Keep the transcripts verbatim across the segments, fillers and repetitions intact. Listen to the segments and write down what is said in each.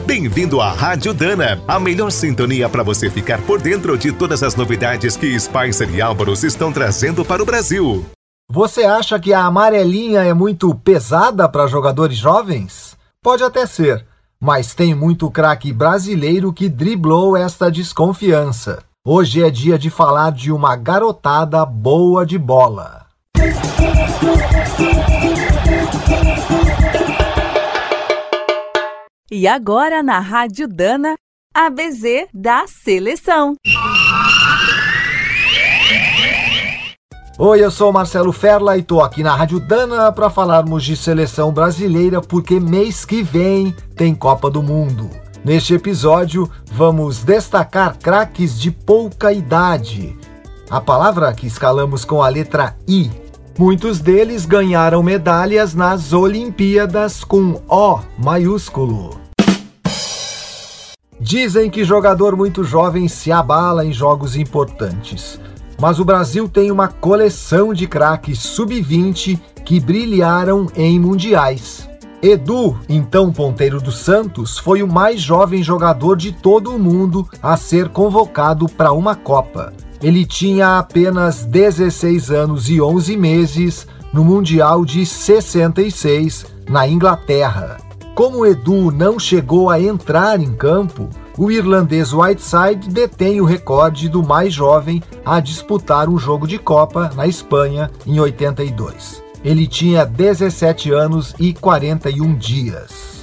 Bem-vindo à Rádio Dana, a melhor sintonia para você ficar por dentro de todas as novidades que Spicer e Álvaros estão trazendo para o Brasil. Você acha que a amarelinha é muito pesada para jogadores jovens? Pode até ser, mas tem muito craque brasileiro que driblou esta desconfiança. Hoje é dia de falar de uma garotada boa de bola. E agora na Rádio Dana, A B Z da Seleção. Oi, eu sou o Marcelo Ferla e tô aqui na Rádio Dana para falarmos de seleção brasileira porque mês que vem tem Copa do Mundo. Neste episódio, vamos destacar craques de pouca idade. A palavra que escalamos com a letra I. Muitos deles ganharam medalhas nas Olimpíadas com O maiúsculo. Dizem que jogador muito jovem se abala em jogos importantes. Mas o Brasil tem uma coleção de craques sub vinte que brilharam em mundiais. Edu, então ponteiro do Santos, foi o mais jovem jogador de todo o mundo a ser convocado para uma Copa. Ele tinha apenas dezesseis anos e onze meses no Mundial de sessenta e seis, na Inglaterra. Como Edu não chegou a entrar em campo, o irlandês Whiteside detém o recorde do mais jovem a disputar um jogo de Copa na Espanha em oitenta e dois. Ele tinha dezessete anos e quarenta e um dias.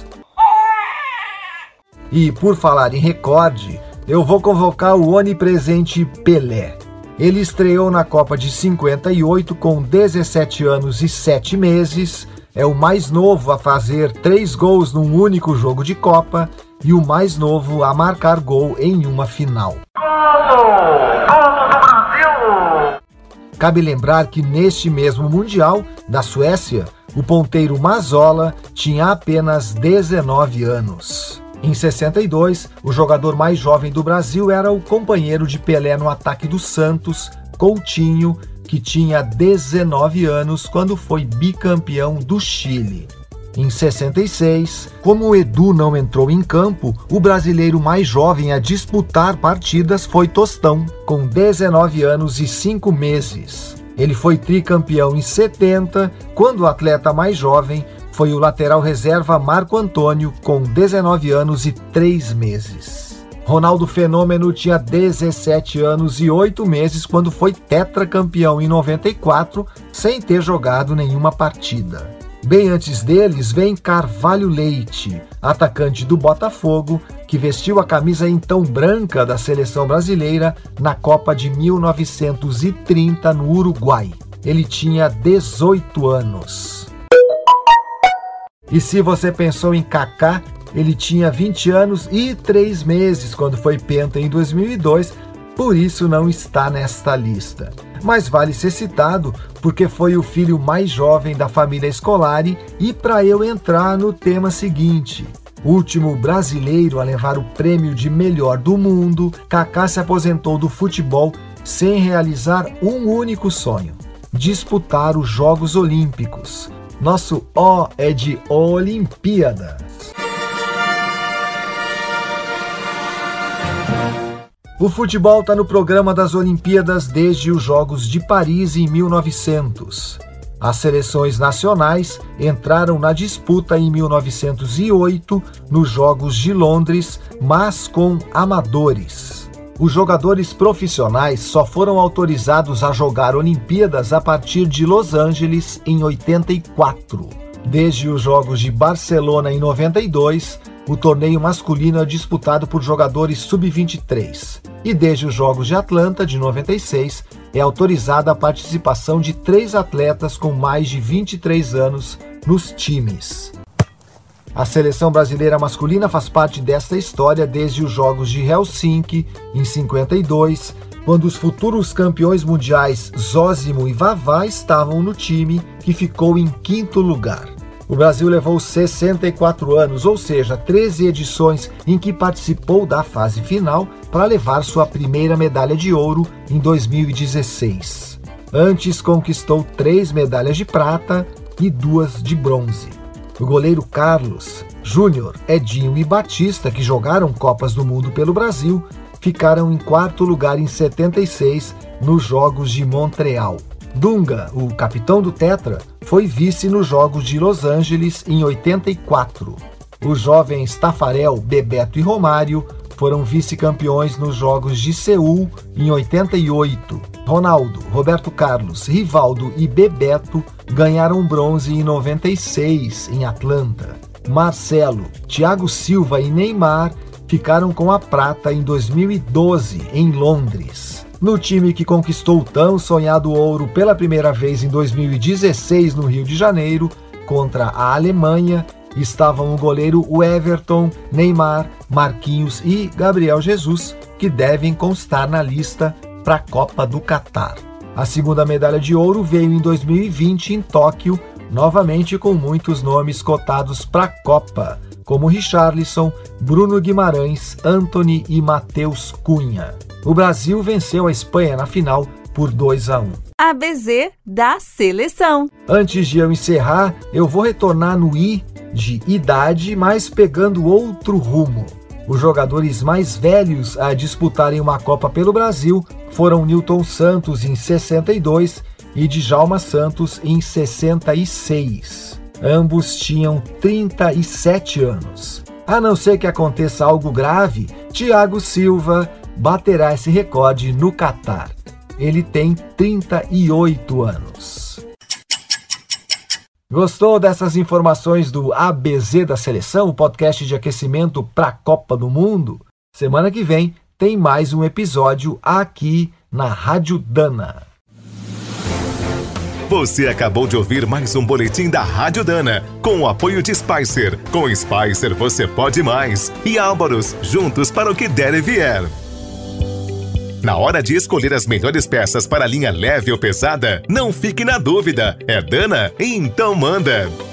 E por falar em recorde, eu vou convocar o onipresente Pelé. Ele estreou na Copa de cinquenta e oito com dezessete anos e sete meses, é o mais novo a fazer três gols num único jogo de Copa e o mais novo a marcar gol em uma final. Gol! Gol do Brasil! Cabe lembrar que neste mesmo Mundial, da Suécia, o ponteiro Mazzola tinha apenas dezenove anos. Em sessenta e dois, o jogador mais jovem do Brasil era o companheiro de Pelé no ataque do Santos, Coutinho, que tinha dezenove anos quando foi bicampeão do Chile. Em sessenta e seis, como o Edu não entrou em campo, o brasileiro mais jovem a disputar partidas foi Tostão, com dezenove anos e cinco meses. Ele foi tricampeão em setenta, quando o atleta mais jovem foi o lateral reserva Marco Antônio, com dezenove anos e três meses. Ronaldo Fenômeno tinha dezessete anos e oito meses quando foi tetracampeão em noventa e quatro, sem ter jogado nenhuma partida. Bem antes deles vem Carvalho Leite, atacante do Botafogo, que vestiu a camisa então branca da seleção brasileira na Copa de mil novecentos e trinta no Uruguai. Ele tinha dezoito anos. E se você pensou em Kaká, ele tinha vinte anos e três meses quando foi penta em dois mil e dois, por isso não está nesta lista. Mas vale ser citado porque foi o filho mais jovem da família Scolari e para eu entrar no tema seguinte. Último brasileiro a levar o prêmio de melhor do mundo, Kaká se aposentou do futebol sem realizar um único sonho: disputar os Jogos Olímpicos. Nosso O é de Olimpíadas. O futebol está no programa das Olimpíadas desde os Jogos de Paris em mil e novecentos. As seleções nacionais entraram na disputa em mil novecentos e oito nos Jogos de Londres, mas com amadores. Os jogadores profissionais só foram autorizados a jogar Olimpíadas a partir de Los Angeles em oitenta e quatro. Desde os Jogos de Barcelona em noventa e dois, o torneio masculino é disputado por jogadores sub vinte e três. E desde os Jogos de Atlanta, de noventa e seis, é autorizada a participação de três atletas com mais de vinte e três anos nos times. A seleção brasileira masculina faz parte desta história desde os Jogos de Helsinki, em cinquenta e dois, quando os futuros campeões mundiais Zósimo e Vavá estavam no time, que ficou em quinto lugar. O Brasil levou sessenta e quatro anos, ou seja, treze edições em que participou da fase final para levar sua primeira medalha de ouro em dois mil e dezesseis. Antes conquistou três medalhas de prata e duas de bronze. O goleiro Carlos Júnior, Edinho e Batista, que jogaram Copas do Mundo pelo Brasil, ficaram em quarto lugar em setenta e seis nos Jogos de Montreal. Dunga, o capitão do Tetra, foi vice nos Jogos de Los Angeles em oitenta e quatro. Os jovens Tafarel, Bebeto e Romário foram vice-campeões nos Jogos de Seul em oitenta e oito. Ronaldo, Roberto Carlos, Rivaldo e Bebeto ganharam bronze em noventa e seis em Atlanta. Marcelo, Thiago Silva e Neymar ficaram com a prata em dois mil e doze em Londres. No time que conquistou o tão sonhado ouro pela primeira vez em dois mil e dezesseis no Rio de Janeiro, contra a Alemanha, estavam o goleiro Everton, Neymar, Marquinhos e Gabriel Jesus, que devem constar na lista para a Copa do Catar. A segunda medalha de ouro veio em dois mil e vinte em Tóquio, novamente com muitos nomes cotados para a Copa, como Richarlison, Bruno Guimarães, Antony e Matheus Cunha. O Brasil venceu a Espanha na final por dois a um. A B Z da seleção. Antes de eu encerrar, eu vou retornar no I de idade, mas pegando outro rumo. Os jogadores mais velhos a disputarem uma Copa pelo Brasil foram Nilton Santos em sessenta e dois e Djalma Santos em sessenta e seis. Ambos tinham trinta e sete anos. A não ser que aconteça algo grave, Thiago Silva baterá esse recorde no Catar. Ele tem trinta e oito anos. Gostou dessas informações do A B Z da Seleção, o podcast de aquecimento para a Copa do Mundo? Semana que vem tem mais um episódio aqui na Rádio Dana. Você acabou de ouvir mais um boletim da Rádio Dana, com o apoio de Spicer. Com Spicer você pode mais. E Álvaros, juntos para o que der e vier. Na hora de escolher as melhores peças para a linha leve ou pesada, não fique na dúvida. É Dana? Então manda!